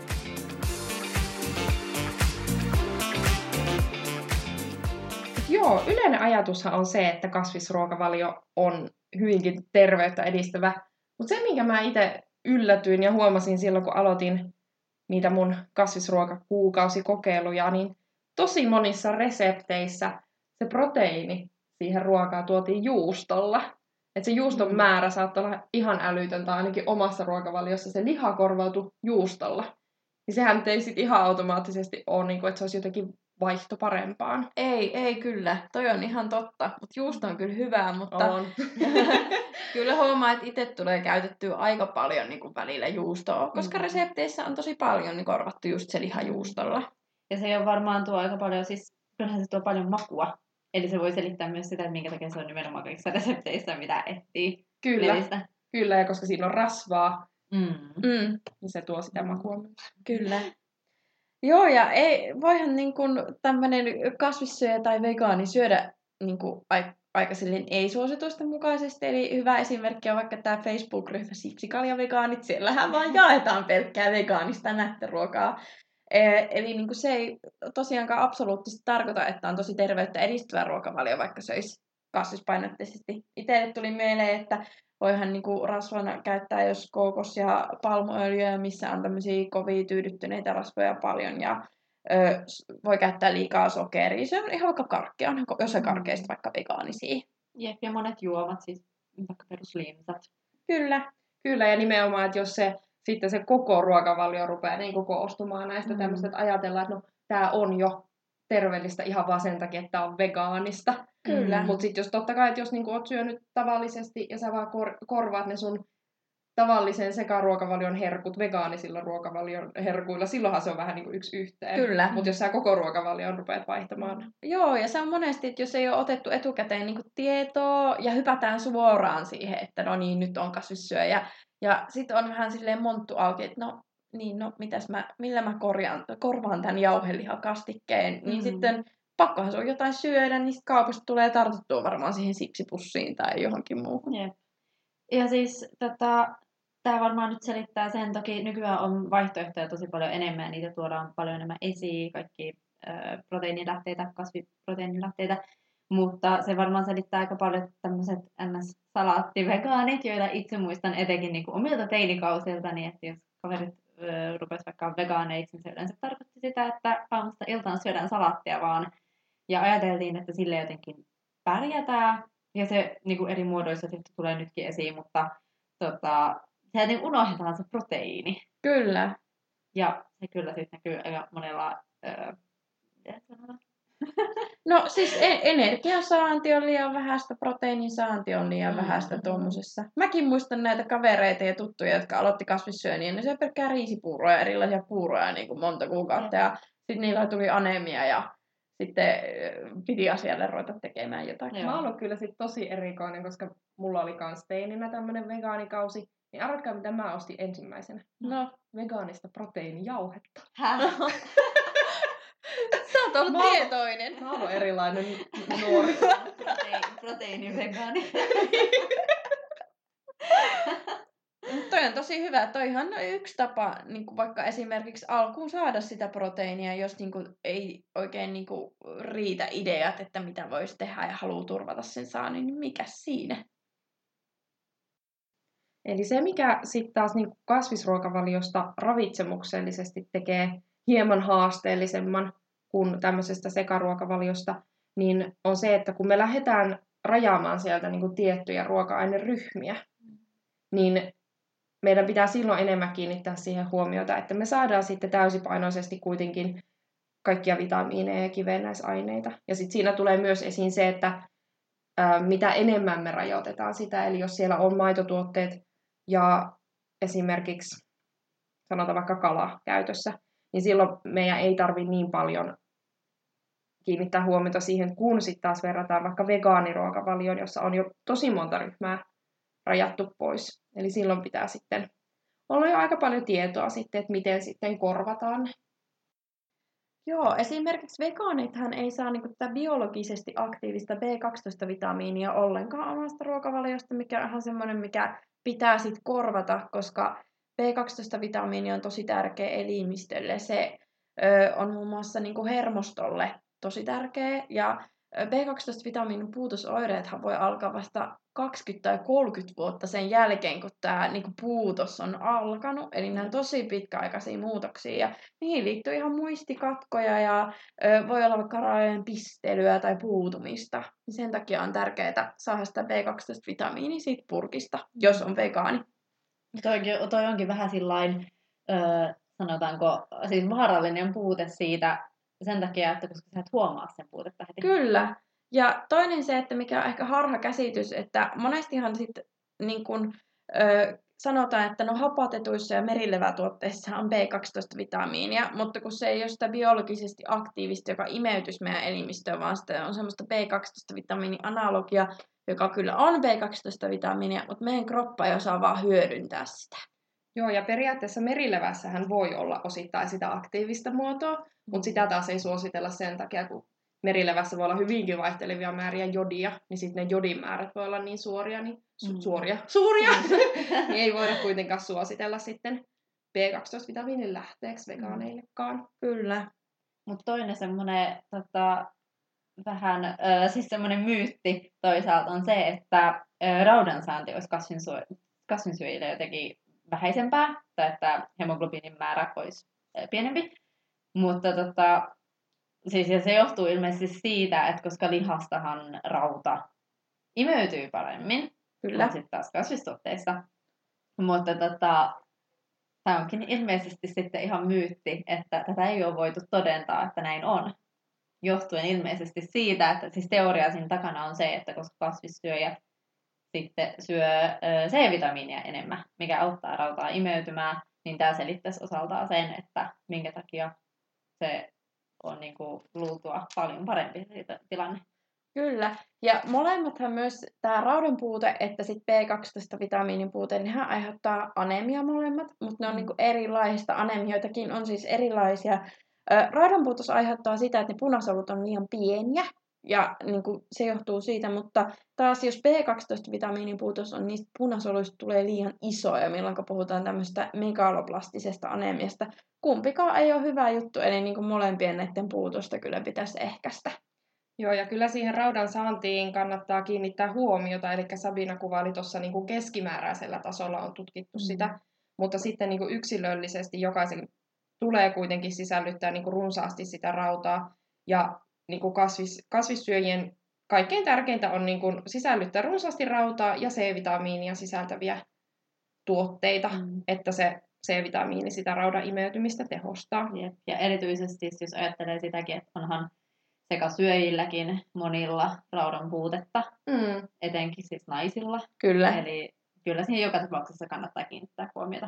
Joo, yleinen ajatushan on se, että kasvisruokavalio on hyvinkin terveyttä edistävä. Mutta se, minkä mä itse yllätyin ja huomasin silloin, kun aloitin niitä mun kasvisruokakuukausikokeiluja, niin tosi monissa resepteissä se proteiini siihen ruokaan tuotiin juustolla. Että se juuston mm. määrä saattaa olla ihan älytön, tai ainakin omassa ruokavaliossa se liha korvautui juustolla. Niin sehän ei sitten ihan automaattisesti ole, niin kuin, että se olisi jotenkin vaihto parempaan. Ei, ei kyllä. Toi on ihan totta. Mutta juusto on kyllä hyvää, mutta on. kyllä huomaa, että itse tulee käytettyä aika paljon niin kuin välillä juustoa, koska mm. resepteissä on tosi paljon niin korvattu just se liha juustolla. Ja se on varmaan tuo aika paljon, siis kyllähän se tuo paljon makua. Eli se voi selittää myös sitä, että minkä takia se on nimenomaan kaikissa resepteissä, mitä etsii. Kyllä, velistä. Kyllä, ja koska siinä on rasvaa, mm. Mm, niin se tuo sitä makua myös. Kyllä. Joo, ja ei, voihan niin kuin tämmöinen kasvissyöjä tai vegaani syödä niin kuin aika silleen ei-suositusten mukaisesti. Eli hyvä esimerkki on vaikka tämä Facebook-ryhmä Sipsikaljavegaanit. Siellähän vaan jaetaan pelkkää vegaanista nätteruokaa. Eli niin kuin se ei tosiaankaan absoluuttisesti tarkoita, että on tosi terveyttä edistävä ruokavalio, vaikka söisi kasvispainotteisesti. Itselle tuli mieleen, että voihan niin kuin rasvana käyttää jos kookos- ja palmuöljyä, missä on tämmöisiä kovia tyydyttyneitä rasvoja paljon, ja ö, voi käyttää liikaa sokeria. Se on ihan vaikka karkkia, on jossain karkeista vaikka vegaanisia. Jep, ja monet juomat, siis vaikka perusliimsat. Kyllä. Kyllä, ja nimenomaan, että jos se sitten se koko ruokavalio rupeaa niin kuin koostumaan näistä Mm. tämmöistä, että ajatellaan, että no tämä on jo terveellistä ihan vaan sen takia, että tämä on vegaanista. Kyllä. Mutta sitten jos totta kai, että jos niinku oot syönyt tavallisesti ja sä vaan kor- korvaat ne sun tavallisen sekaruokavalion herkut vegaanisilla ruokavalion herkuilla, silloinhan se on vähän niin kuin yksi yhteen. Kyllä. Mutta jos sä koko ruokavalion rupeat vaihtamaan. Joo, ja se on monesti, että jos ei ole otettu etukäteen niin kuin tietoa ja hypätään suoraan siihen, että no niin, nyt on kasvissyöjä. Ja sitten on vähän silleen monttu auki, että no niin, no mitäs mä, millä mä korjaan, korvaan tämän jauhelihakastikkeen. Mm-hmm. Niin sitten pakkohan se on jotain syödä, niin sitten kaupasta tulee tartuttua varmaan siihen sipsipussiin tai johonkin muuhun. Jep. Ja siis tota, tämä varmaan nyt selittää sen, toki nykyään on vaihtoehtoja tosi paljon enemmän ja niitä tuodaan paljon enemmän esiin, kaikki ö, proteiinilähteitä, kasviproteiinilähteitä, mutta se varmaan selittää aika paljon tämmöiset ns-salaattivegaanit, joita itse muistan etenkin niin kuin omilta teinikausiltani, että jos kaverit ö, rupesivat vaikka vegaaneiksi, niin se yleensä tarkoitti sitä, että aamusta iltaan syödään salaattia vaan, ja ajateltiin, että sille jotenkin pärjätään, ja se niin kuin eri muodoissa sitten tulee nytkin esiin, mutta tota, se niin unohdetaan se proteiini. Kyllä. Ja se kyllä sitten näkyy aika monella... Öö, miten sanotaan? No siis e- energiansaanti on liian vähäistä, proteiinin saanti on liian Mm. vähäistä tuommoisessa. Mäkin muistan näitä kavereita ja tuttuja, jotka aloitti kasvissyönniä, niin se pelkkää riisipuuroja, erilaisia puuroja niin kuin monta kuukautta. Ja sitten niillä tuli anemia ja sitten piti asialle ruveta tekemään jotakin. Joo. Mä oon ollut kyllä sit tosi erikoinen, koska mulla oli kans teininä tämmönen vegaanikausi. Niin arvatkaa, mitä mä ostin ensimmäisenä. No, Vegaanista proteiinijauhetta. Häh? sä oot ollut Mä oon- tietoinen. Mä oon erilainen nuori. Protein, proteiinivegaani. Mut toi on tosi hyvä. Toihan on yksi tapa niin kuin vaikka esimerkiksi alkuun saada sitä proteiinia, jos niin kuin ei oikein niin kuin riitä ideat, että mitä voisi tehdä ja haluaa turvata sen saannin, niin mikä siinä? Eli se, mikä sitten taas niin kasvisruokavaliosta ravitsemuksellisesti tekee hieman haasteellisemman kuin tämmöisestä sekaruokavaliosta, niin on se, että kun me lähdetään rajaamaan sieltä niin kuin tiettyjä ruoka-aineryhmiä, niin meidän pitää silloin enemmän kiinnittää siihen huomiota, että me saadaan sitten täysipainoisesti kuitenkin kaikkia vitamiineja ja kivennäisaineita. Ja sitten siinä tulee myös esiin se, että ää, mitä enemmän me rajoitetaan sitä, eli jos siellä on maitotuotteet ja esimerkiksi sanotaan vaikka kala käytössä, niin silloin meidän ei tarvitse niin paljon kiinnittää huomiota siihen, kun sitten taas verrataan vaikka vegaaniruokavalioon, jossa on jo tosi monta ryhmää rajattu pois. Eli silloin pitää sitten olla jo aika paljon tietoa sitten, että miten sitten korvataan ne. Joo, esimerkiksi vegaanithan ei saa niinku tätä biologisesti aktiivista B kaksitoista-vitamiinia ollenkaan omasta ruokavaliosta, mikä on ihan semmoinen, mikä pitää sitten korvata, koska B kaksitoista-vitamiini on tosi tärkeä elimistölle. Se ö, on muun muassa niinku hermostolle tosi tärkeä, ja B kaksitoista-vitamiinin puutosoireethan voi alkaa vasta kaksikymmentä tai kolmekymmentä vuotta sen jälkeen, kun tämä niinku puutos on alkanut. Eli nämä on tosi pitkäaikaisia muutoksia, ja niihin liittyy ihan muistikatkoja, ja ö, voi olla vaikka rajojen pistelyä tai puutumista. Sen takia on tärkeää saada sitä B kaksitoista-vitamiinia siitä purkista, jos on vegaani. Toi, toi onkin vähän sillain, öö, sanotaanko, siis vaarallinen puute siitä sen takia, että koska sä et huomaa sen puutetta heti. Kyllä. Ja toinen se, että mikä on ehkä harha käsitys, että monestihan sitten niin kun, ö, sanotaan, että no hapatetuissa ja merilevätuotteissa on B kaksitoista-vitamiinia, mutta kun se ei ole sitä biologisesti aktiivista, joka imeytyisi meidän elimistöön, vaan sitä on semmoista B kaksitoista-vitamiini-analogia, joka kyllä on B kaksitoista-vitamiinia, mutta meidän kroppa ei osaa vaan hyödyntää sitä. Joo, ja periaatteessa merilevässähän voi olla osittain sitä aktiivista muotoa, mutta sitä taas ei suositella sen takia, kun merilevässä voi olla hyvinkin vaihtelevia määriä jodia, niin sitten ne jodimäärät voi olla niin suoria, niin su- Mm. suoria, suuria, niin ei voida kuitenkaan suositella sitten B kaksitoista-vitamiinin lähteeksi vegaaneillekaan. Kyllä. Mutta toinen semmoinen tota, vähän, ö, siis semmoinen myytti toisaalta on se, että ö, raudansaanti olisi kasvinsuo- kasvinsyöjille jotenkin vähäisempää, tai että hemoglobiinin määrä olisi ö, pienempi. Mutta tota, siis, ja se johtuu ilmeisesti siitä, että koska lihastahan rauta imeytyy paremmin, Kyllä. kuin sitten taas kasvistuotteista. Mutta tota, tämä onkin ilmeisesti sitten ihan myytti, että tätä ei ole voitu todentaa, että näin on. Johtuen ilmeisesti siitä, että siis teoria siinä takana on se, että koska kasvissyöjät sitten syö C-vitamiinia enemmän, mikä auttaa rautaa imeytymään, niin tämä selittäisi osaltaan sen, että minkä takia se on niin kuin luultua paljon parempi tilanne. Kyllä. Ja molemmathan myös tämä raudan puute että sitten B kaksitoista-vitamiinin puute, nehän aiheuttaa anemia molemmat, mutta ne on mm. niinku erilaista. Anemioitakin on siis erilaisia. Raudan puutos aiheuttaa sitä, että ne punasolut on liian pieniä. Ja niin kuin, se johtuu siitä, mutta taas jos B kaksitoista-vitamiinin puutos on, niistä punasoluista tulee liian isoja, milloin puhutaan tämmöistä megaloplastisesta anemiasta. Kumpikaan ei ole hyvä juttu, eli niin kuin molempien näiden puutosta kyllä pitäisi ehkäistä. Joo, ja kyllä siihen raudan saantiin kannattaa kiinnittää huomiota, eli Sabina kuvaili tuossa niin kuin keskimääräisellä tasolla on tutkittu mm. sitä, mutta sitten niin kuin yksilöllisesti jokaisen tulee kuitenkin sisällyttää niin kuin runsaasti sitä rautaa, ja niin kuin kasvis, kasvissyöjien kaikkein tärkeintä on niin kuin sisällyttää runsaasti rautaa ja C-vitamiinia sisältäviä tuotteita, mm. että se C-vitamiini sitä raudan imeytymistä tehostaa. Jep. Ja erityisesti jos ajattelee sitäkin, että onhan sekä syöjilläkin monilla raudan puutetta, mm. etenkin siis naisilla. Kyllä. Eli kyllä siihen joka tapauksessa kannattaa kiinnittää huomiota.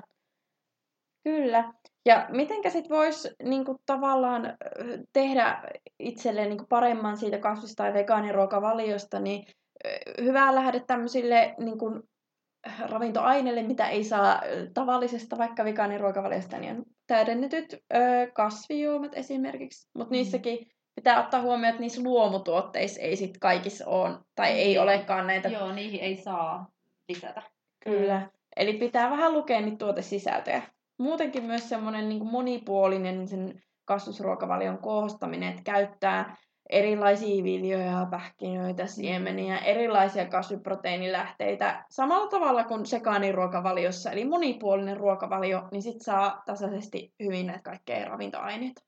Kyllä. Ja mitenkä sit voisi niinku tavallaan tehdä itselleen niinku paremman siitä kasvis- tai vegaaniruokavaliosta, niin hyvä lähde tämmöisille niinku ravintoaineille, mitä ei saa tavallisesta vaikka vegaaniruokavaliosta, niin on täydennetyt ö, kasvijuomat esimerkiksi, mutta mm. niissäkin pitää ottaa huomioon, että niissä luomutuotteissa ei sit kaikissa ole, tai ei, ei olekaan näitä. Joo, niihin ei saa lisätä. Kyllä. Eli pitää vähän lukea niitä tuotesisältöjä. Muutenkin myös semmoinen niin kuin monipuolinen sen kasvisruokavalion koostaminen, että käyttää erilaisia viljoja, pähkinöitä, siemeniä, erilaisia kasviproteiinilähteitä samalla tavalla kuin sekaaniruokavaliossa, eli monipuolinen ruokavalio, niin sit saa tasaisesti hyvin näitä kaikkea ravintoaineita.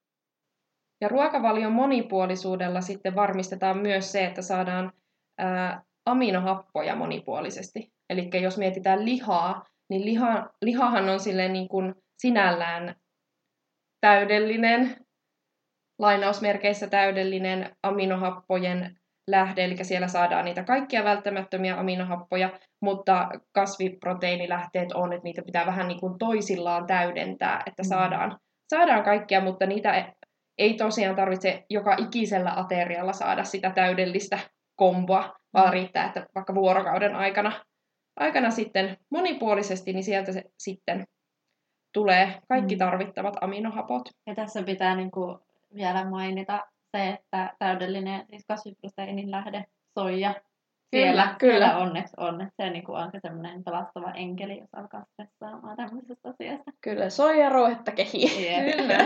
Ja ruokavalion monipuolisuudella sitten varmistetaan myös se, että saadaan ää, aminohappoja monipuolisesti. Eli jos mietitään lihaa, niin liha, lihahan on silleen niin kuin sinällään täydellinen, lainausmerkeissä täydellinen aminohappojen lähde, eli siellä saadaan niitä kaikkia välttämättömiä aminohappoja, mutta kasviproteiinilähteet on, että niitä pitää vähän niin kuin toisillaan täydentää, että saadaan, saadaan kaikkia, mutta niitä ei tosiaan tarvitse joka ikisellä aterialla saada sitä täydellistä komboa, vaan riittää, että vaikka vuorokauden aikana, aikana sitten monipuolisesti, niin sieltä se sitten tulee kaikki tarvittavat aminohapot. Ja tässä pitää niin kuin vielä mainita se, että täydellinen siis kasviproteiinin lähde, soija, siellä, kyllä, siellä onneksi on. Että se niin kuin on se semmoinen pelastava enkeli, jos alkaa stressaamaan tämmöisestä asiasta. Kyllä, soijaruohetta kehii. Yeah. Kyllä.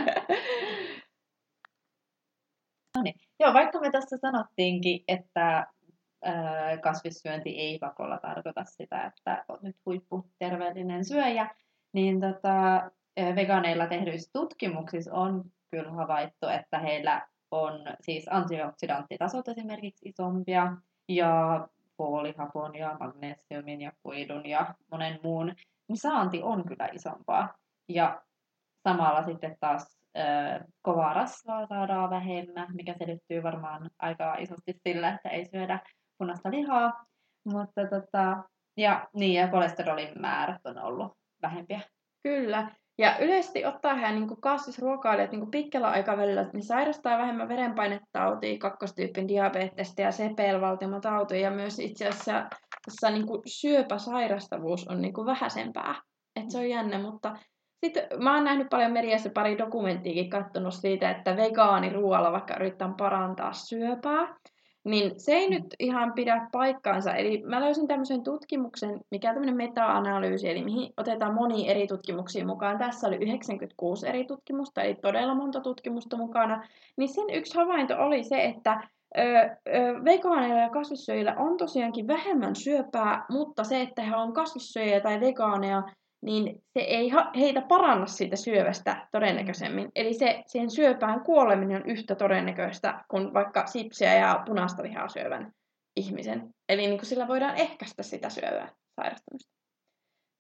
No niin. Joo, vaikka me tässä sanottiinkin, että ää, kasvissyönti ei pakolla tarkoita sitä, että on nyt huipputerveellinen syöjä, niin tota, vegaaneilla tehdyissä tutkimuksissa on kyllä havaittu, että heillä on siis antioksidantitasot esimerkiksi isompia, ja foolihapon ja magnesiumin ja kuidun ja monen muun, niin saanti on kyllä isompaa. Ja samalla sitten taas ö, kovaa rasvaa saadaan vähemmän, mikä selittyy varmaan aika isosti sillä, että ei syödä punaista lihaa. Mutta tota, ja, niin, ja kolesterolin määrät on ollut vähempiä. Kyllä. Ja yleisesti ottaen niin kasvisruokailijat niin pitkällä aikavälillä niin sairastaa vähemmän verenpainetautia, kakkostyypin diabetesta ja sepelvaltimotautia, ja myös itse asiassa tässä niin syöpäsairastavuus on niin vähäisempää. Et se on jännä, mutta sitten mä oon nähnyt paljon mediassa pari dokumenttiakin katsonut siitä, että vegaaniruoalla vaikka yritetään parantaa syöpää, niin se ei nyt ihan pidä paikkaansa. Eli mä löysin tämmöisen tutkimuksen, mikä on tämmöinen meta-analyysi, eli mihin otetaan monia eri tutkimuksia mukaan. Tässä oli yhdeksänkymmentäkuusi eri tutkimusta, eli todella monta tutkimusta mukana. Niin sen yksi havainto oli se, että ö, ö, vegaaneilla ja kasvissyöjillä on tosiaankin vähemmän syöpää, mutta se, että he on kasvissyöjiä tai vegaaneja, niin se ei heitä paranna siitä syövästä todennäköisemmin. Eli se, siihen syöpään kuoleminen on yhtä todennäköistä kuin vaikka sipsiä ja punaista lihaa syövän ihmisen. Eli niin kuin sillä voidaan ehkäistä sitä syövää sairastamista.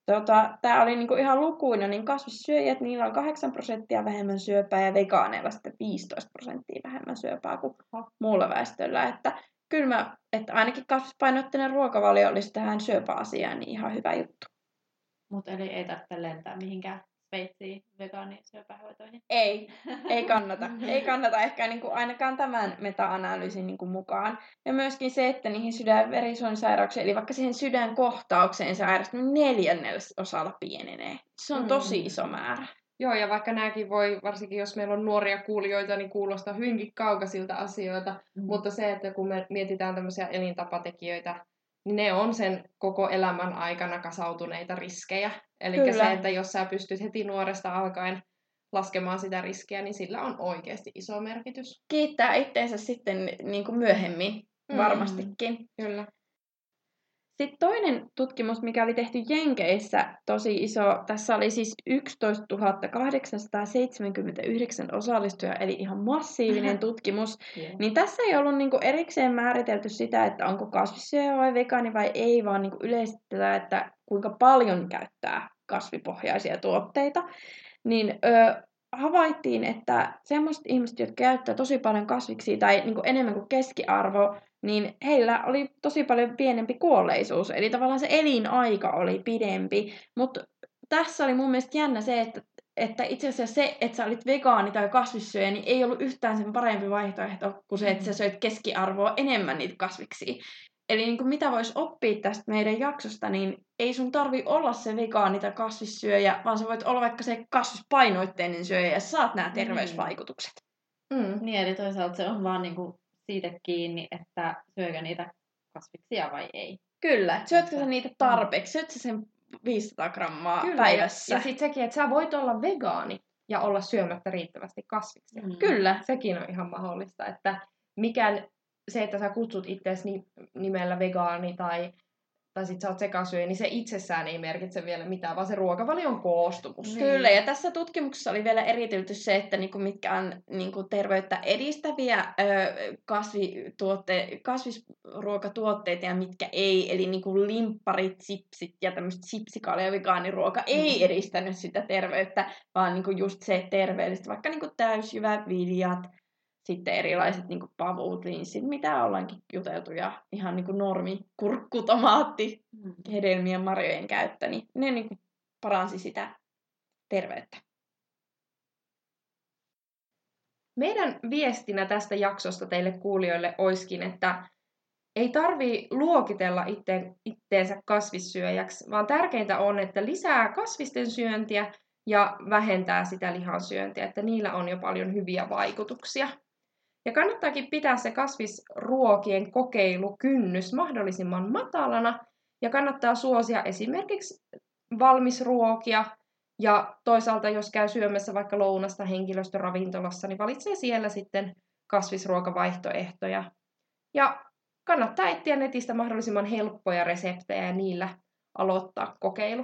tota, tää oli niinku ihan lukuina, niin kasvissyöjät, niillä on kahdeksan prosenttia vähemmän syöpää ja vegaaneilla sitten viisitoista prosenttia vähemmän syöpää kuin muulla väestöllä. Että kyllä mä, että ainakin kasvispainotteinen ruokavalio olisi tähän syöpäasiaan niin ihan hyvä juttu. Mutta eli ei tarvitse lentää mihinkään Sveitsiin vegaanisyöpähoitoihin. Ei, ei kannata. Ei kannata ehkä niin kuin ainakaan tämän meta-analyysin niin kuin mukaan. Ja myöskin se, että niihin sydän-verisuonisairauksiin, eli vaikka siihen sydänkohtaukseen sairastunut neljännesosalla pienenee. Se on tosi iso määrä. Joo, ja vaikka nämäkin voi, varsinkin jos meillä on nuoria kuulijoita, niin kuulostaa hyvinkin kaukaisilta asioita. Mm. Mutta se, että kun me mietitään tämmöisiä elintapatekijöitä, niin ne on sen koko elämän aikana kasautuneita riskejä. Eli se, että jos sä pystyt heti nuoresta alkaen laskemaan sitä riskiä, niin sillä on oikeasti iso merkitys. Kiittää itteensä sitten niin kuin myöhemmin, mm. varmastikin. Kyllä. Sitten toinen tutkimus, mikä oli tehty Jenkeissä, tosi iso, tässä oli siis yksitoistatuhatta kahdeksansataaseitsemänkymmentäyhdeksän osallistujaa, eli ihan massiivinen tutkimus. Yeah. Niin tässä ei ollut niinku erikseen määritelty sitä, että onko kasvissyöjä vai vegaani vai ei, vaan niinku yleisesti tätä, että kuinka paljon käyttää kasvipohjaisia tuotteita. Niin ö, havaittiin, että semmoiset ihmiset, jotka käyttää tosi paljon kasviksia tai niinku enemmän kuin keskiarvo, niin heillä oli tosi paljon pienempi kuolleisuus. Eli tavallaan se elinaika oli pidempi. Mutta tässä oli mun mielestä jännä se, että, että itse asiassa se, että sä olit vegaani tai kasvissyöjä, niin ei ollut yhtään sen parempi vaihtoehto kuin se, että sä söit keskiarvoa enemmän niitä kasviksia. Eli niin kuin mitä voisi oppia tästä meidän jaksosta, niin ei sun tarvi olla se vegaani tai kasvissyöjä, vaan sä voit olla vaikka se kasvispainoitteinen syöjä ja saat nämä terveysvaikutukset. Mm. Niin, eli toisaalta se on vaan niinku siitä kiinni, että syökö niitä kasviksia vai ei. Kyllä. Syötkö sä niitä tarpeeksi? Syötkö sen viisisataa grammaa Kyllä, päivässä? Ja, ja sitten sekin, että sä voit olla vegaani ja olla syömättä riittävästi kasviksia. Mm. Kyllä. Sekin on ihan mahdollista, että mikään se, että sä kutsut itseäsi nimellä vegaani tai, tai sit sä oot sekasyöjä, niin se itsessään ei merkitse vielä mitään, vaan se ruokavalion koostumus. Kyllä, ja tässä tutkimuksessa oli vielä eritelty se, että niinku mitkä on niinku terveyttä edistäviä ö, kasvituotte- kasvisruokatuotteita ja mitkä ei. Eli niinku limpparit, sipsit ja tämmöiset sipsikaali- ja vegaaniruoka mm. ei edistänyt sitä terveyttä, vaan niinku just se terveellistä, vaikka niinku täysjyvät, viljat, sitten erilaiset niin kuin pavut, linssit, mitä ollaankin juteltu, ja ihan niin kuin normi, kurkku, tomaatti, mm. hedelmien, marjojen käyttö, niin ne niin kuin paransi sitä terveyttä. Meidän viestinä tästä jaksosta teille kuulijoille olisikin, että ei tarvitse luokitella itteen, itteensä kasvissyöjäksi, vaan tärkeintä on, että lisää kasvisten syöntiä ja vähentää sitä lihansyöntiä, että niillä on jo paljon hyviä vaikutuksia. Ja kannattaakin pitää se kasvisruokien kokeilukynnys mahdollisimman matalana ja kannattaa suosia esimerkiksi valmisruokia ja toisaalta jos käy syömässä vaikka lounasta henkilöstöravintolassa, niin valitsee siellä sitten kasvisruokavaihtoehtoja. Ja kannattaa etsiä netistä mahdollisimman helppoja reseptejä ja niillä aloittaa kokeilu.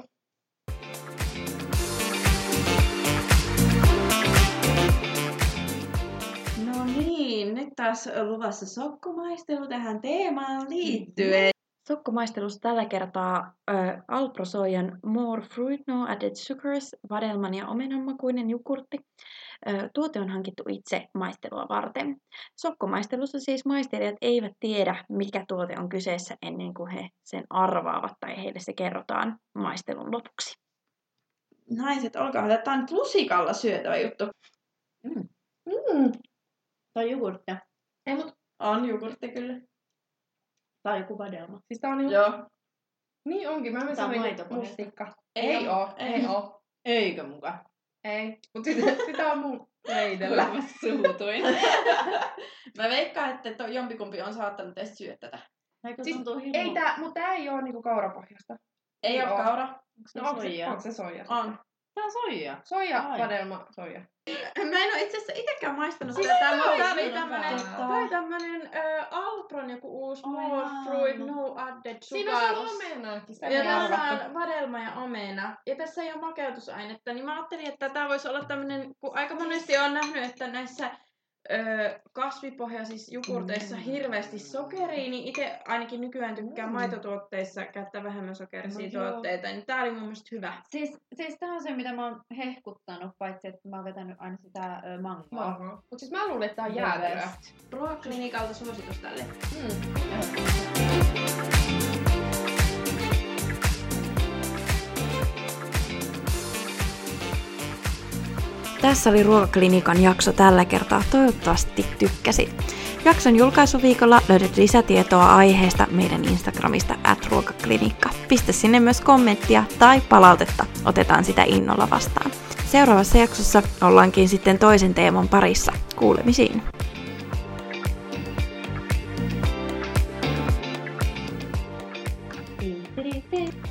No niin, nyt taas on luvassa sokkomaistelu tähän teemaan liittyen. Sokkomaistelussa tällä kertaa äh, Alpro-soijan More Fruit No Added Sugars, vadelman ja omenan makuinen jogurtti. Äh, tuote on hankittu itse maistelua varten. Sokkomaistelussa siis maistelijat eivät tiedä, mikä tuote on kyseessä ennen kuin he sen arvaavat tai heille se kerrotaan maistelun lopuksi. Naiset, olkaa hyvä. Tämä on nyt lusikalla syötävä juttu. Mm. Mm. Se on jogurttia. Ei, mut on jogurtti kyllä. Tai joku vadelma. Siis tää on niin... Joo. Niin onkin, mä menen sanoin mustikka. Ei, ei oo, ei, ei oo. Eikö muka? Ei, mut sitä, sitä on mun leidellä. Mä suutuin. Mä veikkaan, että to, jompikumpi on saattanut edes syödä tätä. Siis, ei tää, mut tää ei oo niinku kaurapohjasta. Ei, ei oo kaura. Onko se no, soija? Onko se soija? On. Tää on soija. Soija, Ai. vadelma, soija. Mä en oo itse asiassa itekään maistanut siis tätä, mutta tää oli tämmönen, tää oli tämmönen uh, Alpron joku uusi More Fruit No Added Sugars. Siinä on ollut omenaakin. Ja tässä on vadelma ja omena. Ja tässä ei ole makeutusainetta, niin mä ajattelin, että tää voisi olla tämmönen, kun aika monesti on nähnyt, että näissä öö, kasvipohjaisissa jogurteissa hirveästi sokeria, niin itse ainakin nykyään tykkään Mm. maitotuotteissa käyttää vähemmän sokerisia No joo. tuotteita, niin tää oli mun mielestä hyvä. Siis, siis tää on se, mitä mä oon hehkuttanut, paitsi että mä oon vetänyt aina sitä ö, mangoa. Mango. Mut siis mä luulen, että tää on The jäätelöä. best. Ruokaklinikalta suositus tälle. Mm. Tässä oli Ruokaklinikan jakso tällä kertaa. Toivottavasti tykkäsit. Jakson julkaisuviikolla löydät lisätietoa aiheesta meidän Instagramista at ruokaklinikka. Pistä sinne myös kommenttia tai palautetta. Otetaan sitä innolla vastaan. Seuraavassa jaksossa ollaankin sitten toisen teeman parissa. Kuulemisiin! Ti, ti, ti, ti.